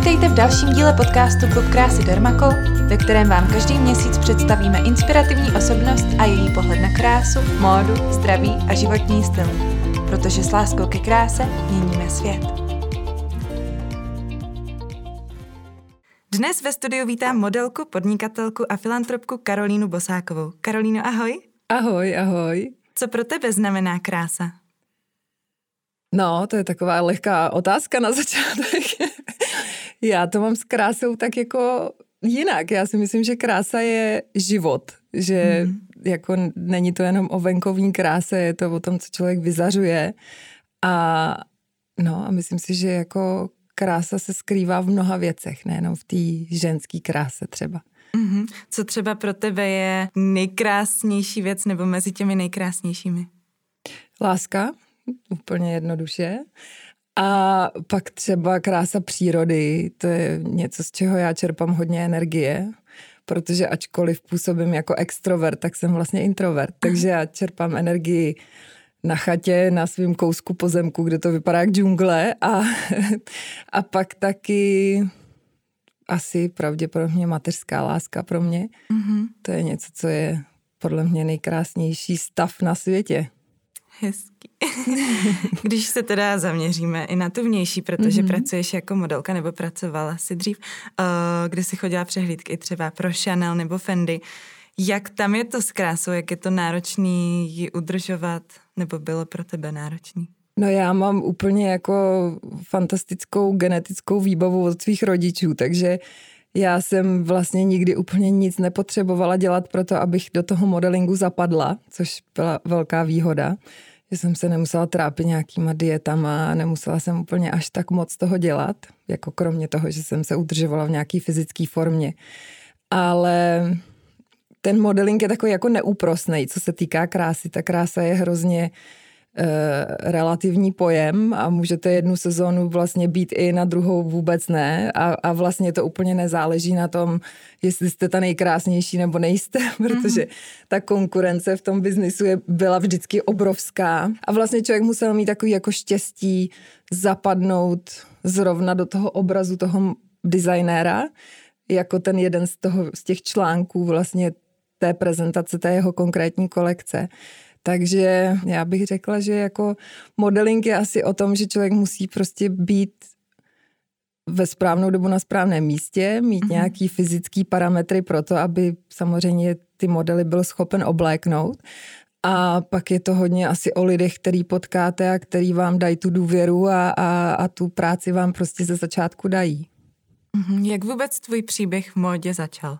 Vítejte v dalším díle podcastu Klub krásy Dermako, ve kterém vám každý měsíc představíme inspirativní osobnost a její pohled na krásu, módu, zdraví a životní styl. Protože s láskou ke kráse měníme svět. Dnes ve studiu vítám modelku, podnikatelku a filantropku Karolínu Bosákovou. Karolíno, ahoj. Ahoj, ahoj. Co pro tebe znamená krása? No, to je taková lehká otázka na začátek. Já to mám s krásou tak jako jinak. Já si myslím, že krása je život, že jako není to jenom o venkovní kráse, je to o tom, co člověk vyzařuje. A myslím si, že jako krása se skrývá v mnoha věcech, nejenom v té ženské kráse třeba. Co třeba pro tebe je nejkrásnější věc nebo mezi těmi nejkrásnějšími? Láska, úplně jednoduše. A pak třeba krása přírody, to je něco, z čeho já čerpám hodně energie, protože ačkoliv působím jako extrovert, tak jsem vlastně introvert. Takže já čerpám energii na chatě, na svém kousku pozemku, kde to vypadá jak džungle a pak taky asi pravděpodobně mateřská láska pro mě. To je něco, co je podle mě nejkrásnější stav na světě. Hezký. Když se teda zaměříme i na tu vnější, protože pracuješ jako modelka nebo pracovala si dřív, kde si chodila přehlídky třeba pro Chanel nebo Fendi. Jak tam je to s krásou, jak je to náročný ji udržovat, nebo bylo pro tebe náročný? No já mám úplně jako fantastickou genetickou výbavu od svých rodičů, takže já jsem vlastně nikdy úplně nic nepotřebovala dělat pro to, abych do toho modelingu zapadla, což byla velká výhoda, že jsem se nemusela trápit nějakýma dietama, nemusela jsem úplně až tak moc toho dělat, jako kromě toho, že jsem se udržovala v nějaký fyzické formě. Ale ten modeling je takový jako neúprosnej, co se týká krásy. Ta krása je hrozně relativní pojem a můžete jednu sezónu vlastně být i na druhou vůbec ne a vlastně to úplně nezáleží na tom, jestli jste ta nejkrásnější nebo nejste, protože ta konkurence v tom biznisu byla vždycky obrovská a vlastně člověk musel mít takový jako štěstí zapadnout zrovna do toho obrazu toho designéra, jako ten jeden z těch článků vlastně té prezentace té jeho konkrétní kolekce. Takže já bych řekla, že jako modeling je asi o tom, že člověk musí prostě být ve správnou dobu na správném místě, mít nějaký fyzický parametry pro to, aby samozřejmě ty modely byl schopen obléknout. A pak je to hodně asi o lidech, který potkáte a který vám dají tu důvěru a tu práci vám prostě ze začátku dají. Jak vůbec tvůj příběh v módě začal?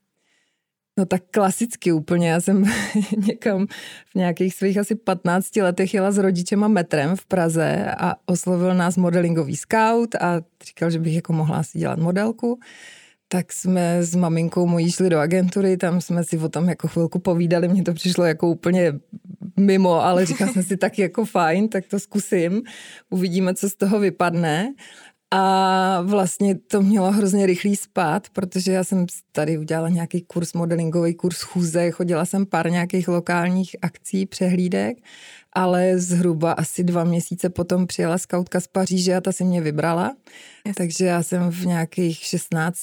No tak klasicky úplně. Já jsem někam v nějakých svých asi 15 letech jela s rodičema metrem v Praze a oslovil nás modelingový scout a říkal, že bych jako mohla si dělat modelku. Tak jsme s maminkou mojí šli do agentury, tam jsme si o tom jako chvilku povídali, mně to přišlo jako úplně mimo, ale říkala jsem si tak jako fajn, tak to zkusím, uvidíme, co z toho vypadne. A vlastně to mělo hrozně rychlý spád, protože já jsem tady udělala nějaký kurz, modelingový kurz chůze, chodila jsem pár nějakých lokálních akcí, přehlídek, ale zhruba asi 2 měsíce potom přijela skautka z Paříže a ta si mě vybrala. Takže já jsem v nějakých 16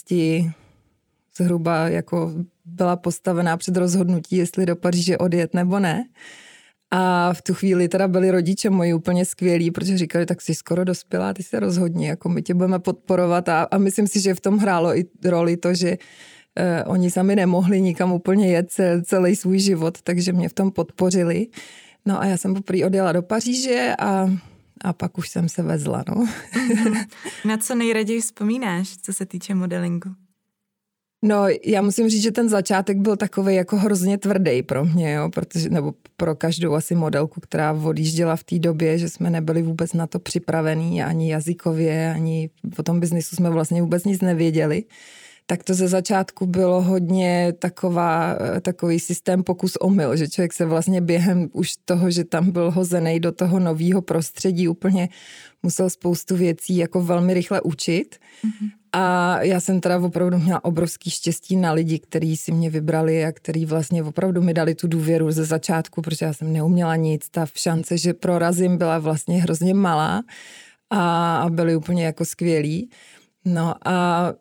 zhruba jako byla postavená před rozhodnutí, jestli do Paříže odjet nebo ne. A v tu chvíli teda byli rodiče moji úplně skvělí, protože říkali, tak jsi skoro dospělá, ty se rozhodni, jako my tě budeme podporovat a myslím si, že v tom hrálo i roli to, že oni sami nemohli nikam úplně jet celý svůj život, takže mě v tom podpořili. No a já jsem poprvé odjela do Paříže a pak už jsem se vezla, no. Na co nejraději vzpomínáš, co se týče modelingu? No, já musím říct, že ten začátek byl takovej jako hrozně tvrdý pro mě, jo, nebo pro každou asi modelku, která odjížděla v té době, že jsme nebyli vůbec na to připravení, ani jazykově, ani o tom biznisu jsme vlastně vůbec nic nevěděli. Tak to ze začátku bylo hodně takový systém pokus omyl, že člověk se vlastně během už toho, že tam byl hozený do toho nového prostředí, úplně musel spoustu věcí jako velmi rychle učit. A já jsem teda opravdu měla obrovský štěstí na lidi, kteří si mě vybrali a kteří vlastně opravdu mi dali tu důvěru ze začátku, protože já jsem neuměla nic. Ta šance, že prorazím, byla vlastně hrozně malá a byli úplně jako skvělí. No a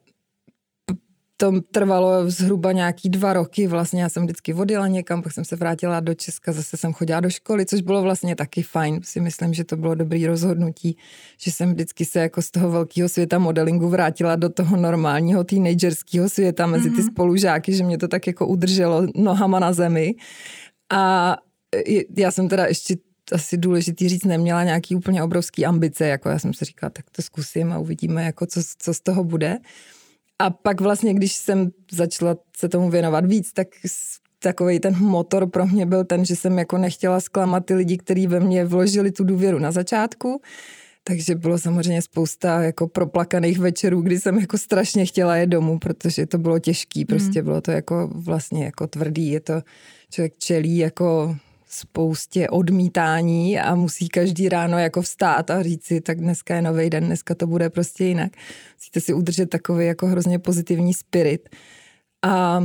to trvalo zhruba nějaký 2 roky, vlastně já jsem vždycky odjela někam, pak jsem se vrátila do Česka, zase jsem chodila do školy, což bylo vlastně taky fajn, si myslím, že to bylo dobrý rozhodnutí, že jsem vždycky se jako z toho velkého světa modelingu vrátila do toho normálního teenagerského světa mezi ty spolužáky, že mě to tak jako udrželo nohama na zemi. A já jsem teda ještě asi důležitý říct, neměla nějaký úplně obrovský ambice, jako já jsem si říkala, tak to zkusím a uvidíme, jako co z toho bude. A pak vlastně, když jsem začala se tomu věnovat víc, tak takovej ten motor pro mě byl ten, že jsem jako nechtěla zklamat ty lidi, kteří ve mně vložili tu důvěru na začátku. Takže bylo samozřejmě spousta jako proplakaných večerů, kdy jsem jako strašně chtěla jet domů, protože to bylo těžký, prostě bylo to jako vlastně jako tvrdý, je to člověk čelí jako spoustě odmítání a musí každý ráno jako vstát a říct si, tak dneska je nový den, dneska to bude prostě jinak. Musíte si udržet takový jako hrozně pozitivní spirit. A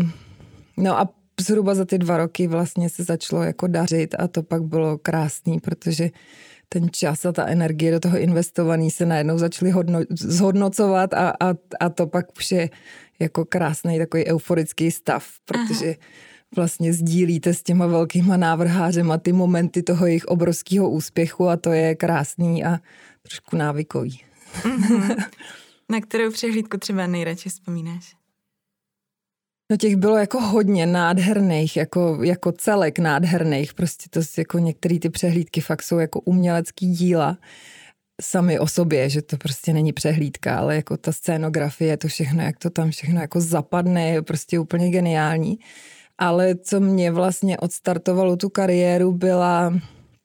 zhruba za ty 2 roky vlastně se začalo jako dařit a to pak bylo krásný, protože ten čas a ta energie do toho investovaný se najednou začaly zhodnocovat a to pak už je jako krásný takový euforický stav, protože vlastně sdílíte s těma velkýma návrhářema ty momenty toho jejich obrovského úspěchu a to je krásný a trošku návykový. Na kterou přehlídku třeba nejradši vzpomínáš? No těch bylo jako hodně nádherných, jako celek nádherných, prostě to jako některé ty přehlídky fakt jsou jako umělecký díla sami o sobě, že to prostě není přehlídka, ale jako ta scénografie, to všechno, jak to tam všechno jako zapadne, je prostě úplně geniální. Ale co mě vlastně odstartovalo tu kariéru, byla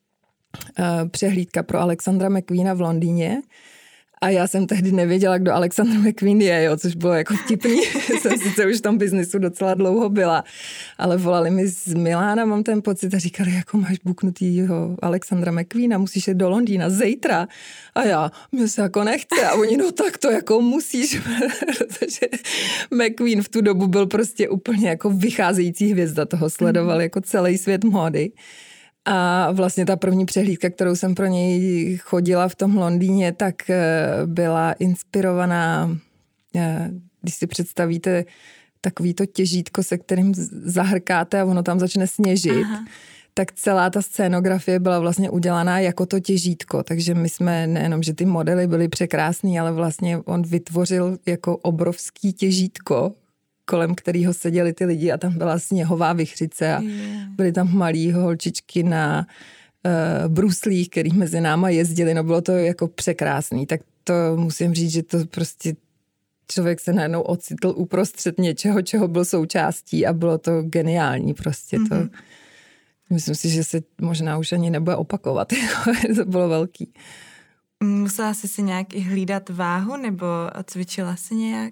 přehlídka pro Alexandra McQueena v Londýně. A já jsem tehdy nevěděla, kdo Alexander McQueen je, což bylo jako vtipný. Jsem sice už v tom biznisu docela dlouho byla, ale volali mi z Milána, mám ten pocit, a říkali, jako máš buknutýho Alexandra McQueena, musíš jít do Londýna zítra. A já, mě se jako nechce. A oni, no tak to jako musíš, protože McQueen v tu dobu byl prostě úplně jako vycházející hvězda, toho sledoval jako celý svět módy. A vlastně ta první přehlídka, kterou jsem pro něj chodila v tom Londýně, tak byla inspirovaná, když si představíte takový to těžítko, se kterým zahrkáte a ono tam začne sněžit, tak celá ta scénografie byla vlastně udělaná jako to těžítko. Takže my jsme nejenom, že ty modely byly překrásný, ale vlastně on vytvořil jako obrovský těžítko, kolem kterého seděli ty lidi a tam byla sněhová vichřice a byly tam malí holčičky na bruslích, který mezi náma jezdili, no bylo to jako překrásný, tak to musím říct, že to prostě člověk se najednou ocitl uprostřed něčeho, čeho byl součástí a bylo to geniální prostě to. Myslím si, že se možná už ani nebude opakovat, to bylo velký. Musela jsi si nějak i hlídat váhu nebo cvičila jsi nějak?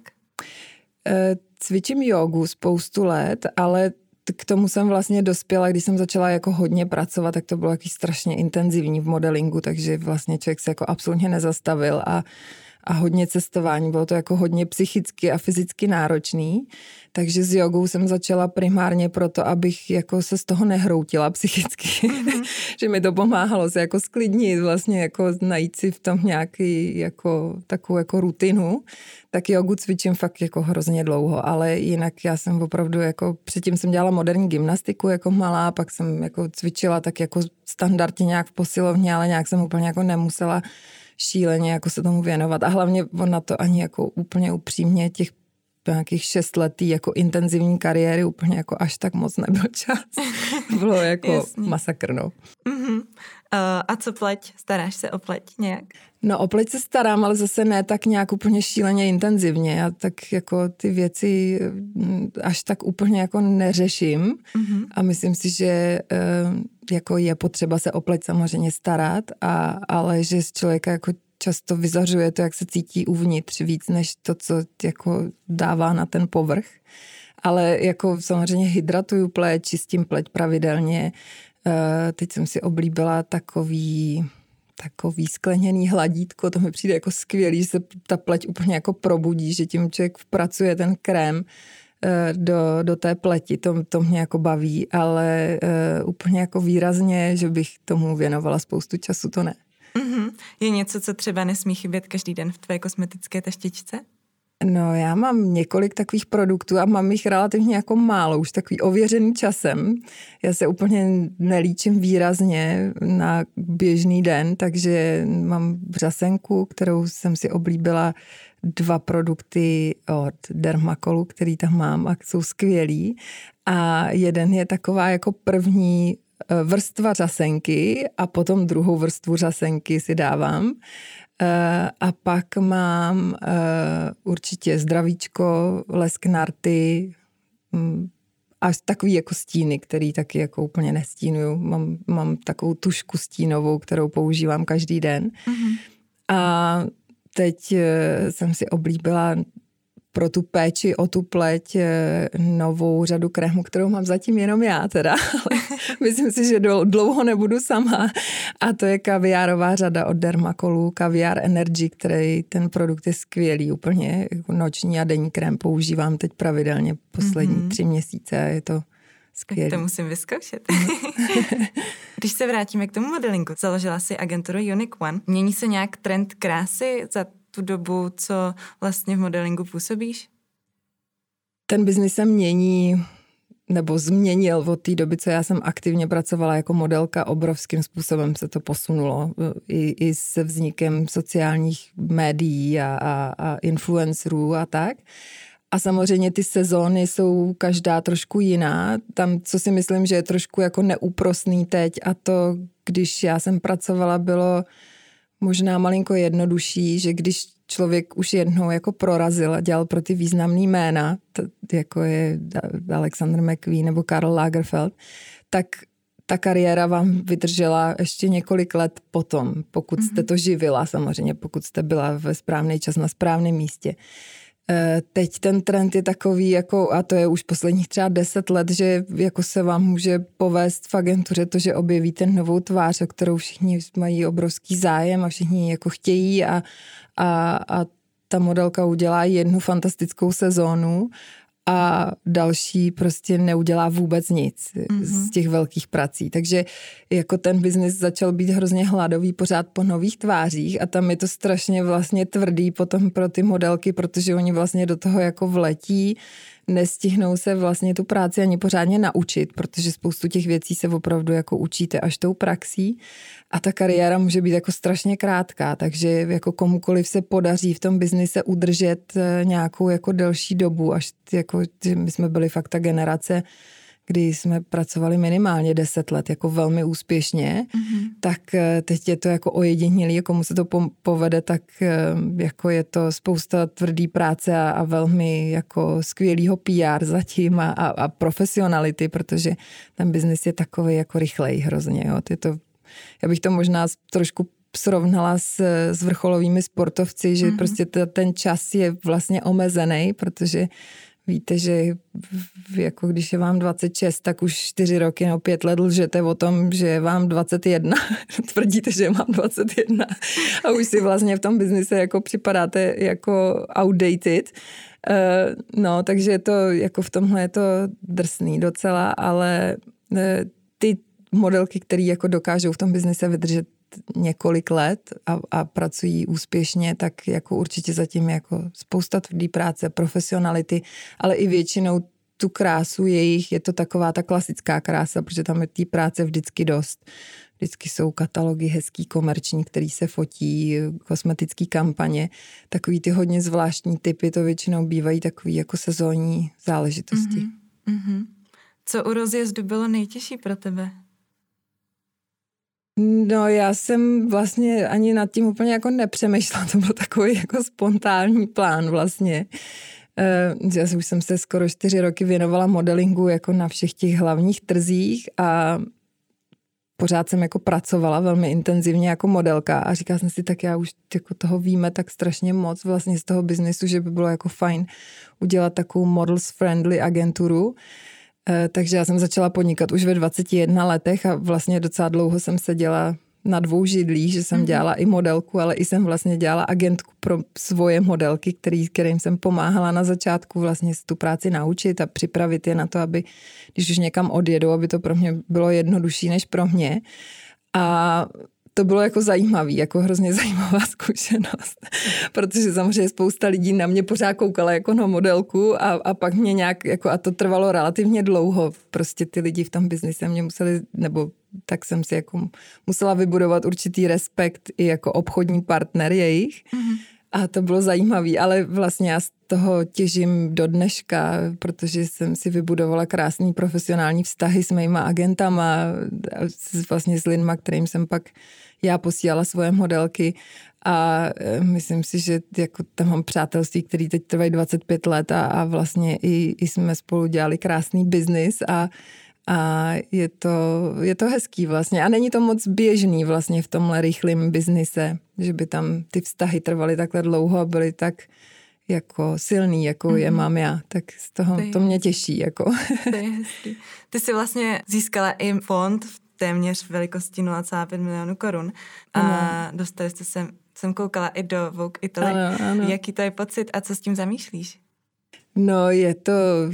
Cvičím jógu spoustu let, ale k tomu jsem vlastně dospěla, když jsem začala jako hodně pracovat, tak to bylo jaký strašně intenzivní v modelingu, takže vlastně člověk se jako absolutně nezastavil a hodně cestování, bylo to jako hodně psychicky a fyzicky náročný, takže s jogou jsem začala primárně proto, abych jako se z toho nehroutila psychicky, že mi to pomáhalo se jako sklidnit, vlastně jako najít si v tom nějaký jako takovou jako rutinu, tak jogu cvičím fakt jako hrozně dlouho, ale jinak já jsem opravdu jako, předtím jsem dělala moderní gymnastiku jako malá, pak jsem jako cvičila tak jako standardně nějak v posilovně, ale nějak jsem úplně jako nemusela šíleně jako se tomu věnovat a hlavně na to ani jako úplně upřímně těch nějakých 6 letý jako intenzivní kariéry úplně jako až tak moc nebyl čas. Bylo jako masakr, no. A co pleť? Staráš se o pleť nějak? No o pleť se starám, ale zase ne tak nějak úplně šíleně intenzivně. Já tak jako ty věci až tak úplně jako neřeším a myslím si, že jako je potřeba se o pleť samozřejmě starat, ale že z člověka jako často vyzařuje to, jak se cítí uvnitř víc, než to, co jako dává na ten povrch. Ale jako samozřejmě hydratuju pleť, čistím pleť pravidelně. Teď jsem si oblíbila takový skleněný hladítko, to mi přijde jako skvělý, že se ta pleť úplně jako probudí, že tím člověk vpracuje ten krém do té pleti, to mě jako baví, ale úplně jako výrazně, že bych tomu věnovala spoustu času, to ne. Je něco, co třeba nesmí chybět každý den v tvé kosmetické taštičce? No, já mám několik takových produktů a mám jich relativně jako málo, už takový ověřený časem. Já se úplně nelíčím výrazně na běžný den, takže mám řasenku, kterou jsem si oblíbila, 2 produkty od Dermacolu, který tam mám a jsou skvělý. A jeden je taková jako první vrstva řasenky a potom druhou vrstvu řasenky si dávám. A pak mám určitě zdravíčko, lesknarty a takový jako stíny, který taky jako úplně nestínuju. Mám takovou tušku stínovou, kterou používám každý den. Mm-hmm. A teď jsem si oblíbila pro tu péči o tu pleť novou řadu krémů, kterou mám zatím jenom já teda, ale myslím si, že dlouho nebudu sama. A to je kaviárová řada od Dermacolu, Caviar Energy, který ten produkt je skvělý, úplně jako noční a denní krém používám teď pravidelně poslední 3 měsíce a je to skvělý. Tak to musím vyzkoušet. Když se vrátíme k tomu modelingu, založila si agenturu Unique One. Mění se nějak trend krásy za tu dobu, co vlastně v modelingu působíš? Ten biznis se mění, nebo změnil od té doby, co já jsem aktivně pracovala jako modelka, obrovským způsobem se to posunulo. I se vznikem sociálních médií a influencerů a tak. A samozřejmě ty sezóny jsou každá trošku jiná. Tam, co si myslím, že je trošku jako neúprosný teď, a to, když já jsem pracovala, bylo možná malinko jednodušší, že když člověk už jednou jako prorazil a dělal pro ty významný jména, jako je Alexander McQueen nebo Karl Lagerfeld, tak ta kariéra vám vydržela ještě několik let potom, pokud jste to živila samozřejmě, pokud jste byla ve správný čas na správném místě. Teď ten trend je takový, jako, a to je už posledních třeba 10 let, že jako se vám může povést v agentuře to, že objevíte novou tvář, o kterou všichni mají obrovský zájem a všichni jako chtějí a ta modelka udělá jednu fantastickou sezónu a další prostě neudělá vůbec nic z těch velkých prací. Takže jako ten biznis začal být hrozně hladový pořád po nových tvářích a tam je to strašně vlastně tvrdý potom pro ty modelky, protože oni vlastně do toho jako vletí, nestihnou se vlastně tu práci ani pořádně naučit, protože spoustu těch věcí se opravdu jako učíte až tou praxí a ta kariéra může být jako strašně krátká, takže jako komukoliv se podaří v tom biznise udržet nějakou jako delší dobu, až jako my jsme byli fakt ta generace, kdy jsme pracovali minimálně 10 let jako velmi úspěšně, tak teď je to jako ojedinělý, komu se to povede, tak jako je to spousta tvrdý práce a velmi jako skvělýho PR zatím a profesionality, protože ten biznis je takový jako rychlej hrozně. Jo. Já bych to možná trošku srovnala s vrcholovými sportovci, že prostě ten čas je vlastně omezený, protože víte, že jako když je vám 26, tak už 4 roky nebo 5 let lžete o tom, že je vám 21. Tvrdíte, že mám 21. A už si vlastně v tom biznise jako připadáte jako outdated. No, takže to jako v tomhle je to drsný docela, ale ty modelky, které jako dokážou v tom biznise vydržet několik let a pracují úspěšně, tak jako určitě zatím jako spousta tvrdý práce, profesionality, ale i většinou tu krásu jejich, je to taková ta klasická krása, protože tam je té práce vždycky dost. Vždycky jsou katalogy hezký, komerční, který se fotí, kosmetický kampaně. Takový ty hodně zvláštní typy, to většinou bývají takový jako sezónní záležitosti. Co u rozjezdu bylo nejtěžší pro tebe? No, já jsem vlastně ani nad tím úplně jako nepřemýšlela, to byl takový jako spontánní plán vlastně. Já už jsem se skoro 4 roky věnovala modelingu jako na všech těch hlavních trzích a pořád jsem jako pracovala velmi intenzivně jako modelka a říkala jsem si, tak já už jako toho víme tak strašně moc vlastně z toho biznesu, že by bylo jako fajn udělat takovou models friendly agenturu. Takže já jsem začala podnikat už ve 21 letech a vlastně docela dlouho jsem seděla na 2 židlích, že jsem dělala i modelku, ale i jsem vlastně dělala agentku pro svoje modelky, kterým jsem pomáhala na začátku vlastně tu práci naučit a připravit je na to, aby když už někam odjedou, aby to pro mě bylo jednodušší než pro mě. A to bylo jako zajímavý, jako hrozně zajímavá zkušenost, protože samozřejmě spousta lidí na mě pořád koukala jako na modelku a pak mě nějak, jako, a to trvalo relativně dlouho, prostě ty lidi v tom biznise mě museli, nebo tak jsem si jako musela vybudovat určitý respekt i jako obchodní partner jejich. A to bylo zajímavý, ale vlastně já z toho těžím do dneška, protože jsem si vybudovala krásný profesionální vztahy s mýma agentama, vlastně s lidma, kterým jsem pak já posílala svoje modelky a myslím si, že jako tam mám přátelství, který teď trvají 25 let a vlastně i jsme spolu dělali krásný biznis a je to hezký vlastně. A není to moc běžný vlastně v tomhle rychlém biznise, že by tam ty vztahy trvaly takhle dlouho a byly tak jako silný, jako je mám já. Tak z toho to mě těší. Jako. To je hezký. Ty jsi vlastně získala i fond v téměř velikosti 0,5 milionů korun a dostali jste jsem koukala i do Vogue Italy. Ano. Jaký to je pocit a co s tím zamýšlíš? No, je to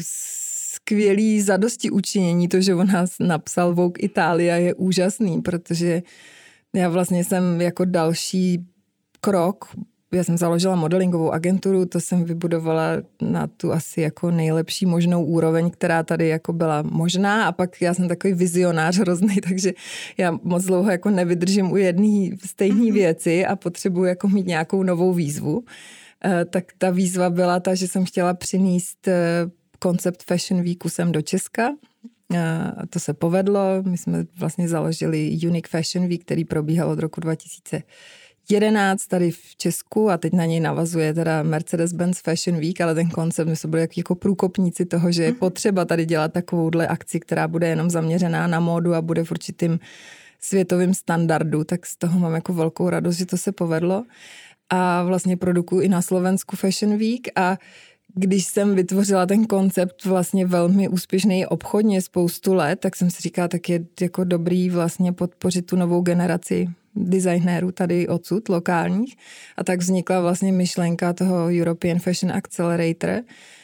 skvělý zadosti učinění, to, že on nás napsal Vogue Italia, je úžasný, protože já vlastně jsem jako další krok, já jsem založila modelingovou agenturu, to jsem vybudovala na tu asi jako nejlepší možnou úroveň, která tady jako byla možná a pak já jsem takový vizionář hrozný, takže já moc dlouho jako nevydržím u jedné stejné věci a potřebuji jako mít nějakou novou výzvu. Tak ta výzva byla ta, že jsem chtěla přinést koncept Fashion Weeku sem do Česka. A to se povedlo. My jsme vlastně založili Unique Fashion Week, který probíhal od roku 2011 tady v Česku a teď na něj navazuje teda Mercedes-Benz Fashion Week, ale ten koncept, my jsme byli jako průkopníci toho, že je potřeba tady dělat takovouhle akci, která bude jenom zaměřená na módu a bude v určitým světovým standardu, tak z toho mám jako velkou radost, že to se povedlo. A vlastně produkuju i na Slovensku Fashion Week a když jsem vytvořila ten koncept vlastně velmi úspěšný obchodně spoustu let, tak jsem si říkala, tak je jako dobrý vlastně podpořit tu novou generaci designérů tady odsud, lokálních. A tak vznikla vlastně myšlenka toho European Fashion Accelerator,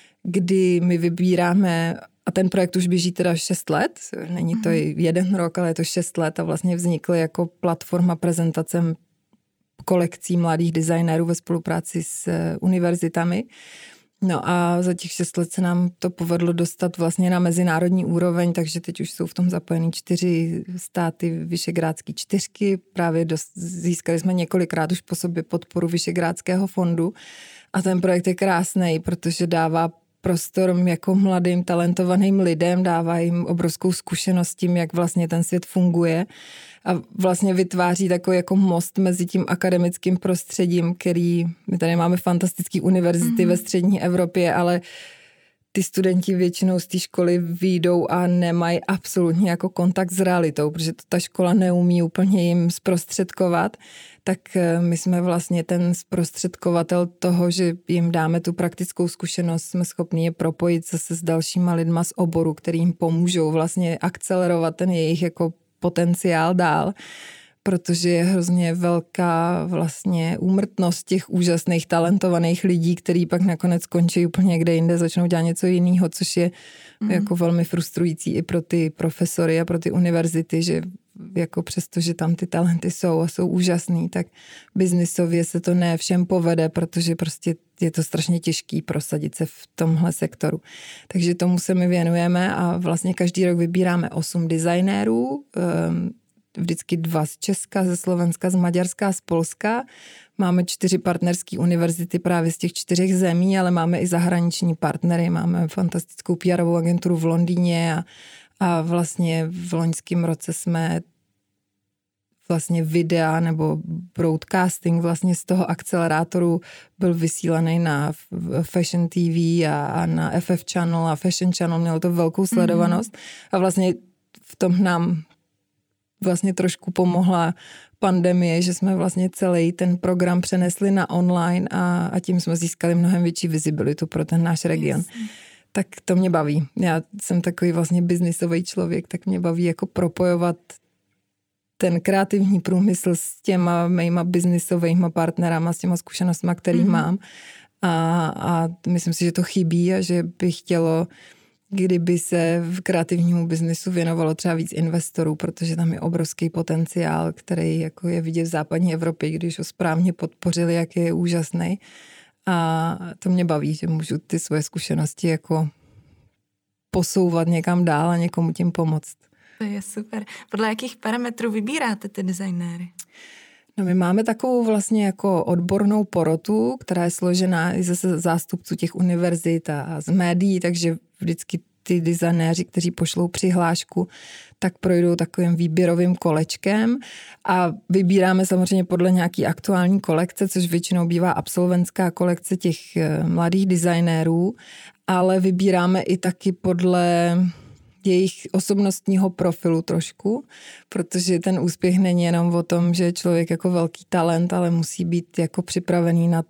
kdy my vybíráme, a ten projekt už běží teda 6 let, není to 1 rok, ale je to 6 let a vlastně vznikl jako platforma prezentace kolekcí mladých designérů ve spolupráci s univerzitami. No a za těch 6 let se nám to povedlo dostat vlastně na mezinárodní úroveň, takže teď už jsou v tom zapojeny 4 státy Visegrádské 4. Právě získali jsme několikrát už po sobě podporu Visegrádského fondu a ten projekt je krásný, protože dává prostor jako mladým, talentovaným lidem, dává jim obrovskou zkušenost tím, jak vlastně ten svět funguje a vlastně vytváří takový jako most mezi tím akademickým prostředím, který, my tady máme fantastické univerzity ve střední Evropě, ale ty studenti většinou z té školy vyjdou a nemají absolutně jako kontakt s realitou, protože to ta škola neumí úplně jim zprostředkovat, tak my jsme vlastně ten zprostředkovatel toho, že jim dáme tu praktickou zkušenost, jsme schopni je propojit zase s dalšíma lidma z oboru, který jim pomůžou vlastně akcelerovat ten jejich jako potenciál dál, protože je hrozně velká vlastně úmrtnost těch úžasných, talentovaných lidí, který pak nakonec skončí úplně někde jinde, začnou dělat něco jiného, což je jako velmi frustrující i pro ty profesory a pro ty univerzity, že jako přesto, že tam ty talenty jsou a jsou úžasný, tak biznisově se to ne všem povede, protože prostě je to strašně těžký prosadit se v tomhle sektoru. Takže tomu se my věnujeme a vlastně každý rok vybíráme 8 designérů, vždycky 2 z Česka, ze Slovenska, z Maďarska a z Polska. Máme 4 partnerské univerzity právě z těch 4 zemí, ale máme i zahraniční partnery. Máme fantastickou PR-ovou agenturu v Londýně a vlastně v loňském roce jsme vlastně videa nebo broadcasting vlastně z toho akcelerátoru byl vysílaný na Fashion TV a na FF Channel a Fashion Channel, mělo to velkou sledovanost a vlastně v tom nám vlastně trošku pomohla pandemie, že jsme vlastně celý ten program přenesli na online a tím jsme získali mnohem větší vizibilitu pro ten náš region. Tak to mě baví. Já jsem takový vlastně biznisový člověk, tak mě baví jako propojovat ten kreativní průmysl s těma mýma biznisovými partnerama, s těma zkušenostmi, který mám. A myslím si, že to chybí a že bych chtělo kdyby se v kreativnímu biznesu věnovalo třeba víc investorů, protože tam je obrovský potenciál, který jako je vidět v západní Evropě, když ho správně podpořili, jak je úžasný. A to mě baví, že můžu ty svoje zkušenosti jako posouvat někam dál a někomu tím pomoct. To je super. Podle jakých parametrů vybíráte ty designéry? No, my máme takovou vlastně jako odbornou porotu, která je složená i ze zástupců těch univerzit a z médií, takže vždycky ty designéři, kteří pošlou přihlášku, tak projdou takovým výběrovým kolečkem a vybíráme samozřejmě podle nějaký aktuální kolekce, což většinou bývá absolventská kolekce těch mladých designérů, ale vybíráme i taky podle jejich osobnostního profilu trošku, protože ten úspěch není jenom o tom, že je člověk jako velký talent, ale musí být jako připravený na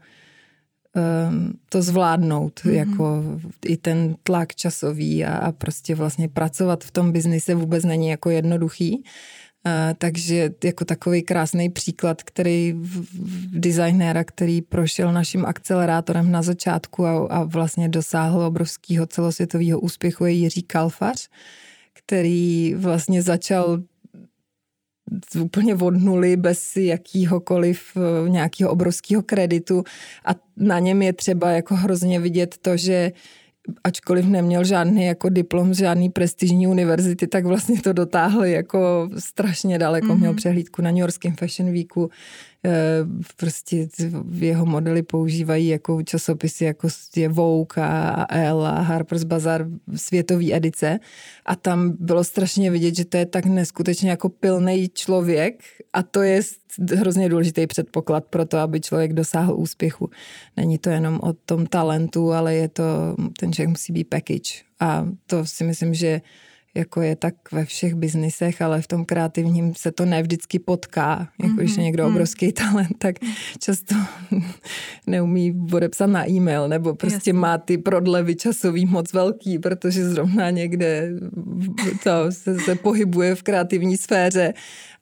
to zvládnout, jako i ten tlak časový a prostě vlastně pracovat v tom biznise vůbec není jako jednoduchý. Takže jako takový krásný příklad, který designéra, který prošel naším akcelerátorem na začátku a vlastně dosáhl obrovského celosvětového úspěchu, je Jiří Kalfař, který vlastně začal úplně od nuly, bez jakýhokoliv nějakého obrovského kreditu a na něm je třeba jako hrozně vidět to, že ačkoliv neměl žádný jako diplom z žádný prestižní univerzity, tak vlastně to dotáhl jako strašně daleko. Měl přehlídku na New Yorkském Fashion Weeku, prostě jeho modely používají jako časopisy, jako je Vogue a Elle a Harper's Bazaar, světový edice a tam bylo strašně vidět, že to je tak neskutečně jako pilnej člověk a to je hrozně důležitý předpoklad pro to, aby člověk dosáhl úspěchu. Není to jenom o tom talentu, ale je to, ten člověk musí být package a to si myslím, že jako je tak ve všech biznisech, ale v tom kreativním se to nevždycky potká. Jako když je někdo obrovský talent, tak často neumí odepsat na e-mail, nebo prostě má ty prodlevy časový moc velký, protože zrovna někde to se pohybuje v kreativní sféře.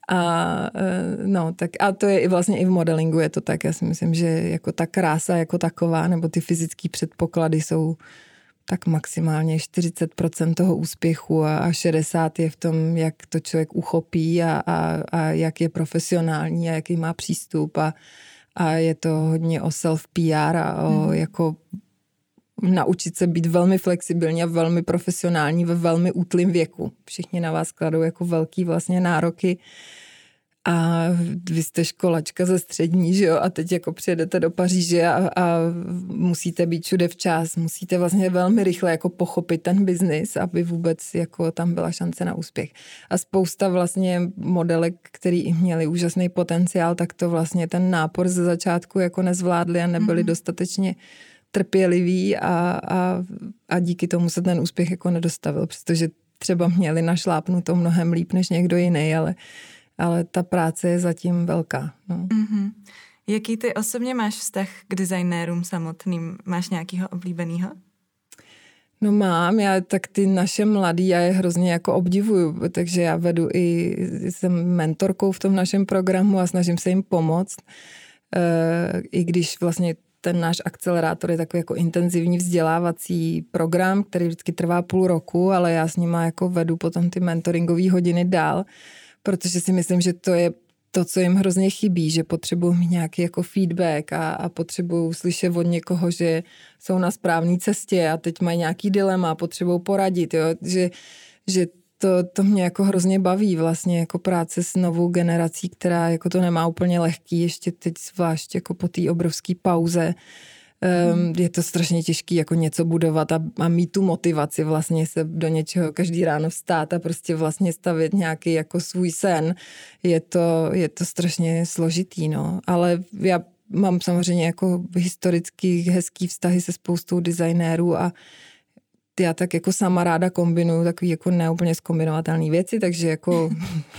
A to je i vlastně i v modelingu je to tak. Já si myslím, že jako ta krása jako taková, nebo ty fyzické předpoklady jsou tak maximálně 40% toho úspěchu a 60% je v tom, jak to člověk uchopí a jak je profesionální a jaký má přístup a je to hodně o self-PR a o jako naučit se být velmi flexibilní a velmi profesionální ve velmi útlým věku. Všichni na vás kladou jako velký vlastně nároky a vy jste školačka ze střední, že jo, a teď jako přijedete do Paříže a musíte být všude včas, musíte vlastně velmi rychle jako pochopit ten biznis, aby vůbec jako tam byla šance na úspěch. A spousta vlastně modelek, který měli úžasný potenciál, tak to vlastně ten nápor ze začátku jako nezvládli a nebyli dostatečně trpěliví a díky tomu se ten úspěch jako nedostavil, protože třeba měli našlápnuto mnohem líp než někdo jiný, ale ta práce je zatím velká. No. Jaký ty osobně máš vztah k designérům samotným? Máš nějakýho oblíbenýho? No mám, já tak ty naše mladý, já je hrozně jako obdivuju, takže já jsem mentorkou v tom našem programu a snažím se jim pomoct. I když vlastně ten náš akcelerátor je takový jako intenzivní vzdělávací program, který vždycky trvá půl roku, ale já s nima jako vedu potom ty mentoringové hodiny dál, protože si myslím, že to je to, co jim hrozně chybí, že potřebují mít nějaký jako feedback a potřebují slyšet od někoho, že jsou na správné cestě a teď mají nějaký dilema, potřebují poradit, jo? Že to mě jako hrozně baví vlastně jako práce s novou generací, která jako to nemá úplně lehký, ještě teď zvlášť jako po té obrovské pauze. Je to strašně těžký jako něco budovat a mít tu motivaci vlastně se do něčeho každý ráno vstát a prostě vlastně stavět nějaký jako svůj sen. Je to strašně složitý, no. Ale já mám samozřejmě jako historicky hezký vztahy se spoustou designérů a já tak jako sama ráda kombinuju takový jako neúplně zkombinovatelné věci, takže jako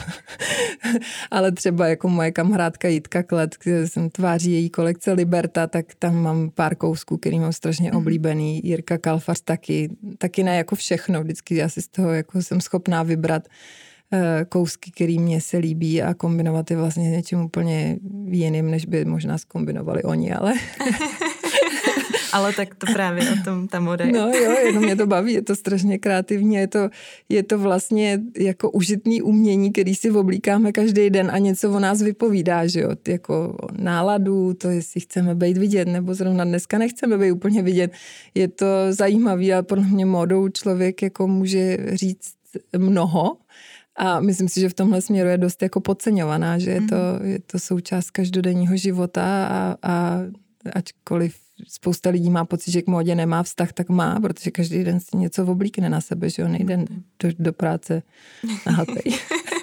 ale třeba jako moje kamarádka Jitka Klet, kde jsem tváří její kolekce Liberta, tak tam mám pár kousků, který mám strašně oblíbený. Jirka Kalfař taky ne jako všechno, vždycky já si z toho jako jsem schopná vybrat kousky, který mě se líbí a kombinovat je vlastně něčím úplně jiným, než by možná zkombinovali oni, ale Ale tak to právě o tom ta moda je. No jo, jenom mě to baví, je to strašně kreativní, je to vlastně jako užitný umění, který si oblíkáme každý den a něco o nás vypovídá, že jo, jako náladu, to jestli chceme být vidět, nebo zrovna dneska nechceme být úplně vidět. Je to zajímavý a podle mě módou člověk jako může říct mnoho. A myslím si, že v tomhle směru je dost jako podceňovaná, že je to součást každodenního života a ačkoliv spousta lidí má pocit, že k módě nemá vztah, tak má, protože každý den si něco oblíkne na sebe, že jo, nejde do práce nahatej.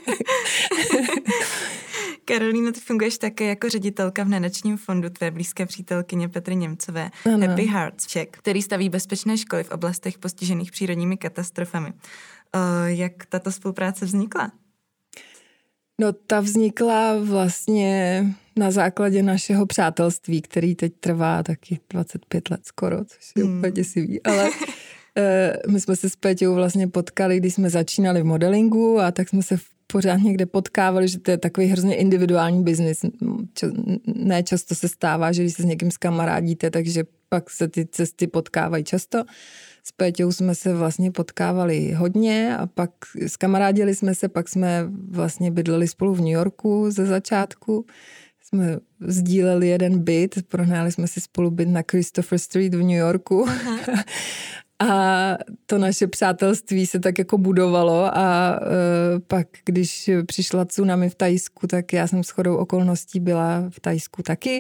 Karolíno, ty funguješ také jako ředitelka v nadačním fondu tvé blízké přítelkyně Petry Němcové Happy Hearts Czech, který staví bezpečné školy v oblastech postižených přírodními katastrofami. Jak tato spolupráce vznikla? No, ta vznikla vlastně na základě našeho přátelství, který teď trvá taky 25 let skoro, což je úplně děsivý, ale my jsme se s Péťou vlastně potkali, když jsme začínali v modelingu a tak jsme se pořád někde potkávali, že to je takový hrozně individuální biznis. Ne často se stává, že když se s někým zkamarádíte, takže pak se ty cesty potkávají často. S Péťou jsme se vlastně potkávali hodně a pak zkamarádili jsme se, pak jsme vlastně bydleli spolu v New Yorku ze začátku. Jsme sdíleli jeden byt, pronajali jsme si spolu byt na Christopher Street v New Yorku. A to naše přátelství se tak jako budovalo a pak, když přišla tsunami v Thajsku, tak já jsem shodou okolností byla v Thajsku taky.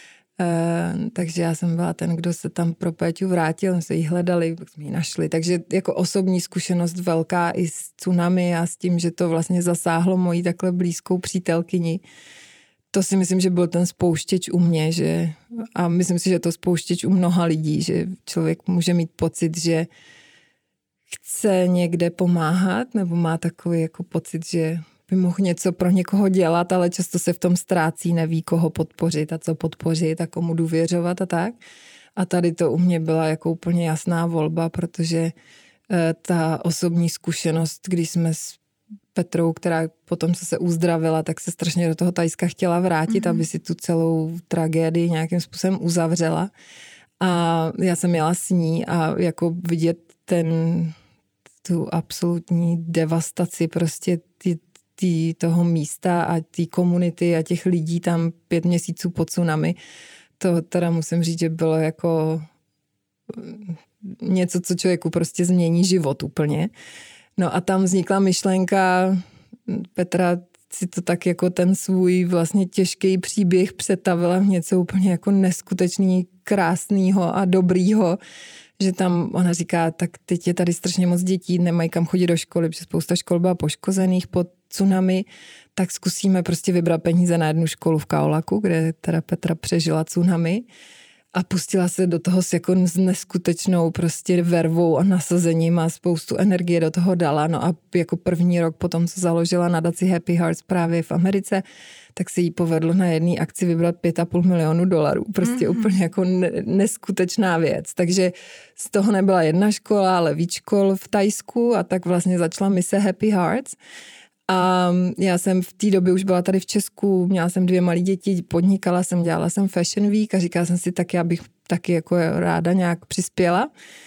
Takže já jsem byla ten, kdo se tam pro Péťu vrátil, my se jí hledali, pak jsme ji našli. Takže jako osobní zkušenost velká i s tsunami a s tím, že to vlastně zasáhlo moji takhle blízkou přítelkyni. To si myslím, že byl ten spouštěč u mě, a myslím si, že to spouštěč u mnoha lidí, že člověk může mít pocit, že chce někde pomáhat, nebo má takový jako pocit, že by mohl něco pro někoho dělat, ale často se v tom ztrácí, neví, koho podpořit a co podpořit a komu důvěřovat a tak. A tady to u mě byla jako úplně jasná volba, protože ta osobní zkušenost, když jsme s Petrou, která potom, co se uzdravila, tak se strašně do toho Thajska chtěla vrátit, aby si tu celou tragédii nějakým způsobem uzavřela. A já jsem jela s ní a jako vidět tu absolutní devastaci prostě toho místa a té komunity a těch lidí tam 5 měsíců po tsunami, to teda musím říct, že bylo jako něco, co člověku prostě změní život úplně. No a tam vznikla myšlenka, Petra si to tak jako ten svůj vlastně těžký příběh přetavila v něco úplně jako neskutečný, krásného a dobrýho, že tam ona říká, tak teď je tady strašně moc dětí, nemají kam chodit do školy, protože spousta škol byla poškozených po tsunami, tak zkusíme prostě vybrat peníze na jednu školu v Kaolaku, kde teda Petra přežila tsunami a pustila se do toho s neskutečnou prostě vervou a nasazením a spoustu energie do toho dala. No a jako první rok potom, co založila nadaci Happy Hearts právě v Americe, tak se jí povedlo na jedné akci vybrat $5,5 milionu. Prostě úplně jako neskutečná věc. Takže z toho nebyla jedna škola, ale víc škol v Thajsku a tak vlastně začala mise Happy Hearts. A já jsem v té době už byla tady v Česku, měla jsem 2 malé děti, podnikala jsem, dělala jsem Fashion Week a říkala jsem si, tak já bych taky jako ráda nějak přispěla.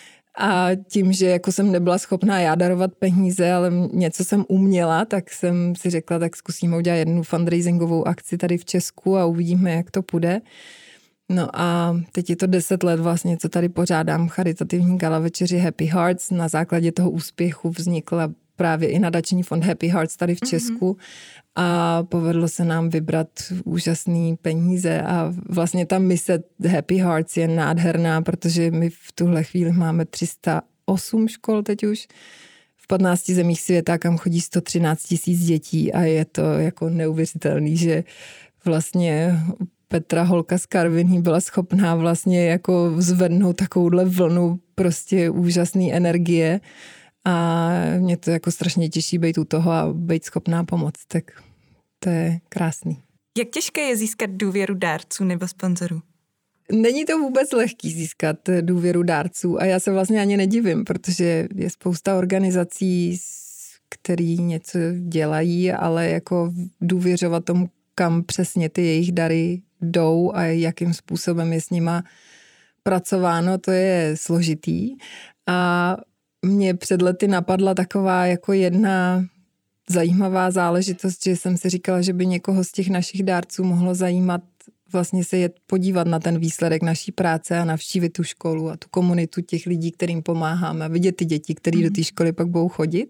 A tím, že jako jsem nebyla schopná já darovat peníze, ale něco jsem uměla, tak jsem si řekla, tak zkusíme udělat jednu fundraisingovou akci tady v Česku a uvidíme, jak to půjde. No a teď je to 10 let vlastně, co tady pořádám charitativní gala večeři Happy Hearts. Na základě toho úspěchu vznikla právě i nadační fond Happy Hearts tady v Česku a povedlo se nám vybrat úžasný peníze a vlastně ta mise Happy Hearts je nádherná, protože my v tuhle chvíli máme 308 škol teď už v 15 zemích světa, kam chodí 113 000 dětí a je to jako neuvěřitelný, že vlastně Petra, holka z Karviní, byla schopná vlastně jako zvednout takovouhle vlnu prostě úžasné energie. A mě to jako strašně těší být u toho a být schopná pomoct, tak to je krásný. Jak těžké je získat důvěru dárců nebo sponzorů? Není to vůbec lehký získat důvěru dárců a já se vlastně ani nedivím, protože je spousta organizací, který něco dělají, ale jako důvěřovat tomu, kam přesně ty jejich dary jdou a jakým způsobem je s nima zpracováno, to je složitý. A mě před lety napadla taková jako jedna zajímavá záležitost, že jsem si říkala, že by někoho z těch našich dárců mohlo zajímat vlastně se jet podívat na ten výsledek naší práce a navštívit tu školu a tu komunitu těch lidí, kterým pomáháme a vidět ty děti, který do té školy pak budou chodit.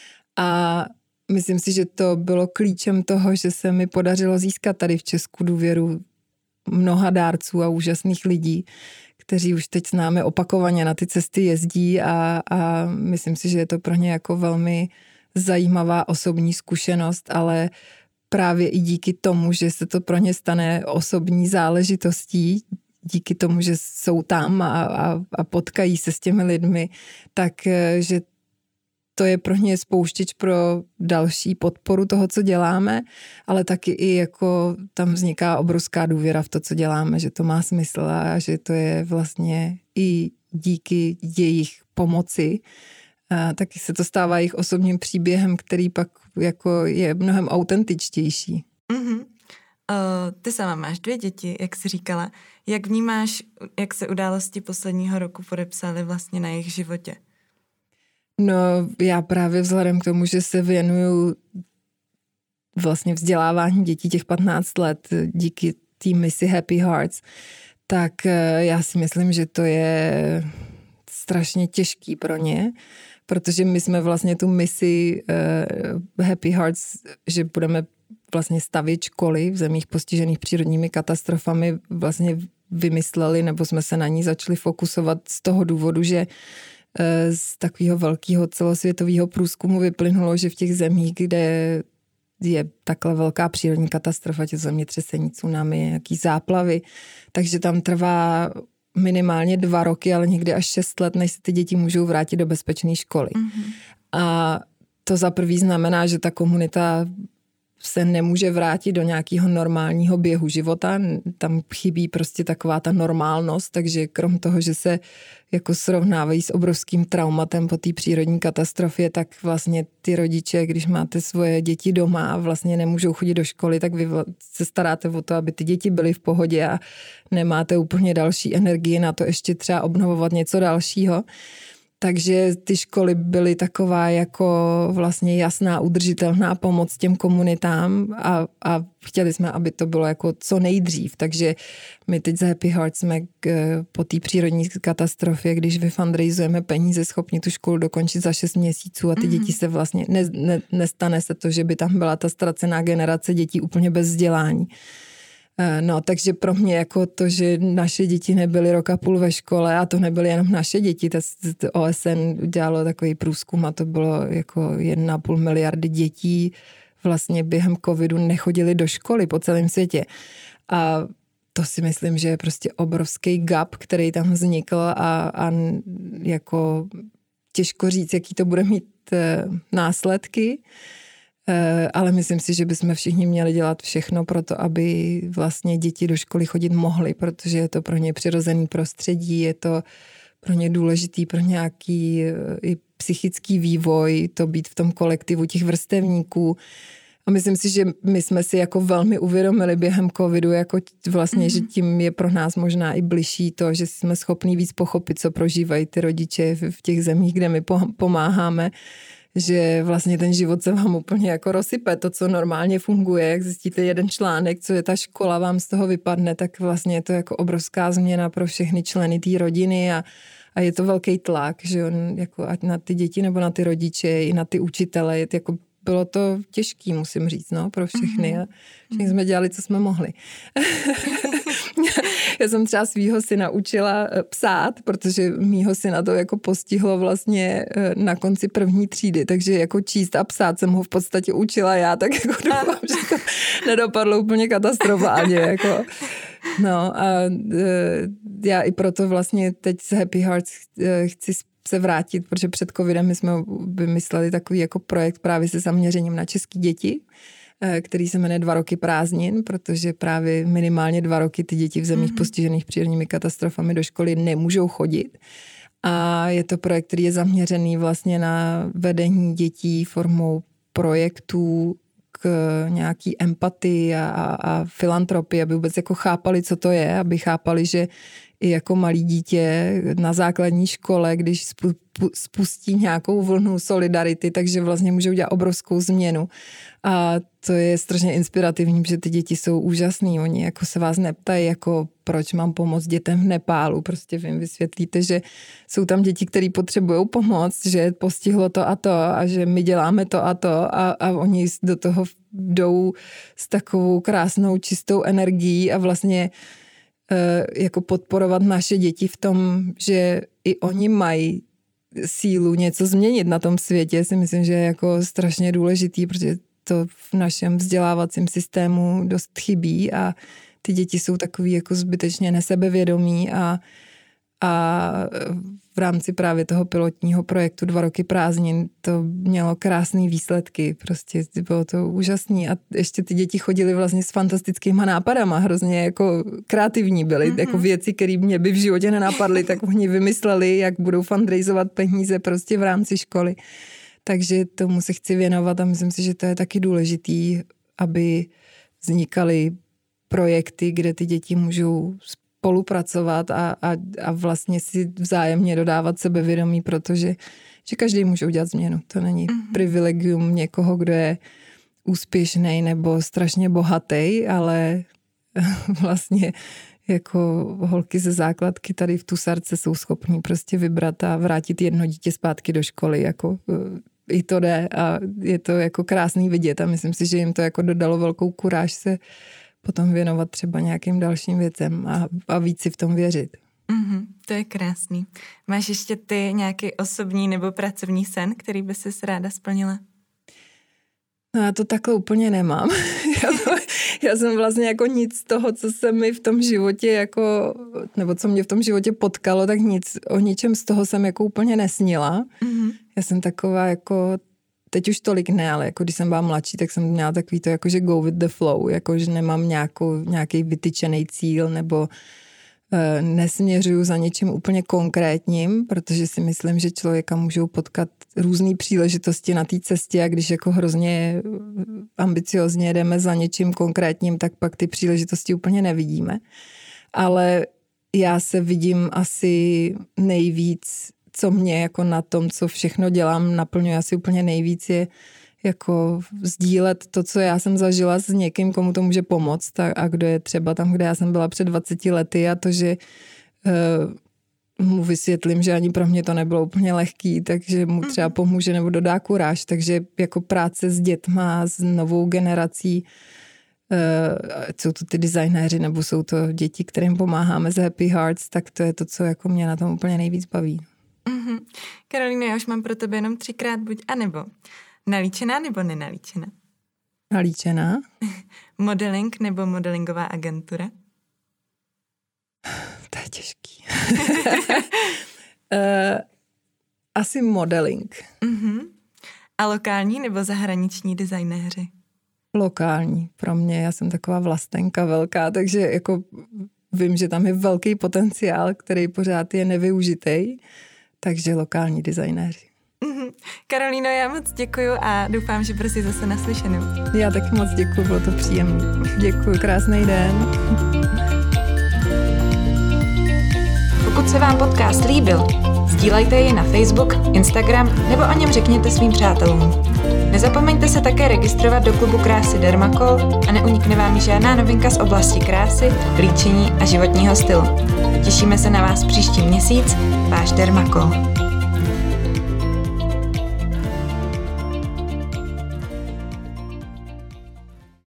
A myslím si, že to bylo klíčem toho, že se mi podařilo získat tady v Česku důvěru mnoha dárců a úžasných lidí, kteří už teď s námi opakovaně na ty cesty jezdí a myslím si, že je to pro ně jako velmi zajímavá osobní zkušenost, ale právě i díky tomu, že se to pro ně stane osobní záležitostí, díky tomu, že jsou tam a potkají se s těmi lidmi, takže to je pro ně spouštěč pro další podporu toho, co děláme, ale taky i jako tam vzniká obrovská důvěra v to, co děláme, že to má smysl a že to je vlastně i díky jejich pomoci. A taky se to stává jejich osobním příběhem, který pak jako je mnohem autentičtější. Mm-hmm. Ty sama máš 2 děti, jak jsi říkala. Jak vnímáš, jak se události posledního roku podepsaly vlastně na jejich životě? No, já právě vzhledem k tomu, že se věnuju vlastně vzdělávání dětí těch 15 let díky té misi Happy Hearts, tak já si myslím, že to je strašně těžký pro ně, protože my jsme vlastně tu misi Happy Hearts, že budeme vlastně stavět školy v zemích postižených přírodními katastrofami, vlastně vymysleli, nebo jsme se na ní začali fokusovat z toho důvodu, že z takového velkého celosvětového průzkumu vyplynulo, že v těch zemích, kde je takhle velká přírodní katastrofa, tě zemětřesení, tsunami, nějaký záplavy, takže tam trvá minimálně 2 roky, ale někdy až 6 let, než se ty děti můžou vrátit do bezpečné školy. Mm-hmm. A to za prvý znamená, že ta komunita se nemůže vrátit do nějakého normálního běhu života, tam chybí prostě taková ta normálnost, takže krom toho, že se jako srovnávají s obrovským traumatem po té přírodní katastrofě, tak vlastně ty rodiče, když máte svoje děti doma a vlastně nemůžou chodit do školy, tak vy se staráte o to, aby ty děti byly v pohodě a nemáte úplně další energii na to ještě třeba obnovovat něco dalšího. Takže ty školy byly taková jako vlastně jasná, udržitelná pomoc těm komunitám a chtěli jsme, aby to bylo jako co nejdřív. Takže my teď za Happy Hearts jsme po té přírodní katastrofě, když vyfundraizujeme peníze, schopni tu školu dokončit za 6 měsíců a ty děti se vlastně, nestane se to, že by tam byla ta ztracená generace dětí úplně bez vzdělání. No, takže pro mě jako to, že naše děti nebyly 1,5 roku ve škole a to nebyly jenom naše děti, OSN udělalo takový průzkum a to bylo jako 1,5 miliardy dětí vlastně během covidu nechodili do školy po celém světě. A to si myslím, že je prostě obrovský gap, který tam vznikl a jako těžko říct, jaký to bude mít následky. Ale myslím si, že bychom všichni měli dělat všechno pro to, aby vlastně děti do školy chodit mohly, protože je to pro ně přirozený prostředí, je to pro ně důležitý pro nějaký i psychický vývoj, to být v tom kolektivu těch vrstevníků. A myslím si, že my jsme si jako velmi uvědomili během covidu, jako vlastně, že tím je pro nás možná i bližší to, že jsme schopní víc pochopit, co prožívají ty rodiče v těch zemích, kde my pomáháme, že vlastně ten život se vám úplně jako rozsype, to, co normálně funguje, jak zjistíte jeden článek, co je ta škola, vám z toho vypadne, tak vlastně je to jako obrovská změna pro všechny členy té rodiny a je to velký tlak, že on jako ať na ty děti nebo na ty rodiče, i na ty učitele, jako bylo to těžký, musím říct, no, pro všechny a všichni jsme dělali, co jsme mohli. Já jsem třeba svýho syna učila psát, protože mýho syna to jako postihlo vlastně na konci 1. třídy, takže jako číst a psát jsem ho v podstatě učila já, tak jako doufám, že to nedopadlo úplně katastrofálně, jako. No a já i proto vlastně teď z Happy Hearts chci se vrátit, protože před covidem my jsme vymysleli takový jako projekt právě se zaměřením na české děti, který se jmenuje 2 roky prázdnin, protože právě minimálně 2 roky ty děti v zemích postižených přírodními katastrofami do školy nemůžou chodit. A je to projekt, který je zaměřený vlastně na vedení dětí formou projektů k nějaký empatii a filantropii, aby vůbec jako chápali, co to je, aby chápali, že i jako malý dítě na základní škole, když spustí nějakou vlnu solidarity, takže vlastně může udělat obrovskou změnu. A to je strašně inspirativní, protože ty děti jsou úžasný. Oni jako se vás neptají, jako proč mám pomoct dětem v Nepálu. Prostě vy jim vysvětlíte, že jsou tam děti, které potřebují pomoc, že postihlo to a že my děláme to a oni do toho jdou s takovou krásnou, čistou energií a vlastně jako podporovat naše děti v tom, že i oni mají sílu něco změnit na tom světě, si myslím, že je jako strašně důležitý, protože to v našem vzdělávacím systému dost chybí a ty děti jsou takový jako zbytečně nesebevědomí a v rámci právě toho pilotního projektu 2 roky prázdnin to mělo krásné výsledky, prostě bylo to úžasný a ještě ty děti chodily vlastně s fantastickýma nápadama, hrozně jako kreativní byly, jako věci, které mě by v životě nenapadly, tak oni vymysleli, jak budou fundraizovat peníze prostě v rámci školy. Takže tomu se chci věnovat a myslím si, že to je taky důležitý, aby vznikaly projekty, kde ty děti můžou spolupracovat a vlastně si vzájemně dodávat sebevědomí, protože že každý může udělat změnu. To není privilegium někoho, kdo je úspěšný nebo strašně bohatý, ale vlastně jako holky ze základky tady v Tusarce jsou schopní prostě vybrat a vrátit jedno dítě zpátky do školy, jako i to jde a je to jako krásný vidět a myslím si, že jim to jako dodalo velkou kuráž se potom věnovat třeba nějakým dalším věcem a víc si v tom věřit. To je krásný. Máš ještě ty nějaký osobní nebo pracovní sen, který by si ráda splnila? No já to takhle úplně nemám. Já jsem vlastně jako nic z toho, co se mi v tom životě jako, nebo co mě v tom životě potkalo, tak nic, o ničem z toho jsem jako úplně nesnila. Já jsem taková jako, teď už tolik ne, ale jako když jsem byla mladší, tak jsem měla takový to jako, že go with the flow, jako že nemám nějaký vytyčený cíl nebo nesměřuju za něčím úplně konkrétním, protože si myslím, že člověka můžou potkat různé příležitosti na té cestě a když jako hrozně ambiciozně jdeme za něčím konkrétním, tak pak ty příležitosti úplně nevidíme. Ale já se vidím asi nejvíc, co mě jako na tom, co všechno dělám, naplňuje asi úplně nejvíc je jako sdílet to, co já jsem zažila s někým, komu to může pomoct a kdo je třeba tam, kde já jsem byla před 20 lety a to, že mu vysvětlím, že ani pro mě to nebylo úplně lehký, takže mu třeba pomůže nebo dodá kuráž, takže jako práce s dětma, s novou generací, jsou to ty designéři nebo jsou to děti, kterým pomáháme z Happy Hearts, tak to je to, co jako mě na tom úplně nejvíc baví. Karolíno, já už mám pro tebe jenom 3krát buď a nebo. Nalíčená nebo nenalíčená? Nalíčená. Modeling nebo modelingová agentura? To je těžký. Asi modeling. A lokální nebo zahraniční designéři? Lokální. Pro mě, já jsem taková vlastenka velká, takže jako vím, že tam je velký potenciál, který pořád je nevyužitej, takže lokální designéři. Karolíno, já moc děkuju a doufám, že brzy zase naslyšenou. Já taky moc děkuju, bylo to příjemné. Děkuju, krásný den. Pokud se vám podcast líbil, sdílejte ji na Facebook, Instagram nebo o něm řekněte svým přátelům. Nezapomeňte se také registrovat do klubu krásy Dermacol a neunikne vám žádná novinka z oblasti krásy, líčení a životního stylu. Těšíme se na vás příští měsíc, váš Dermacol.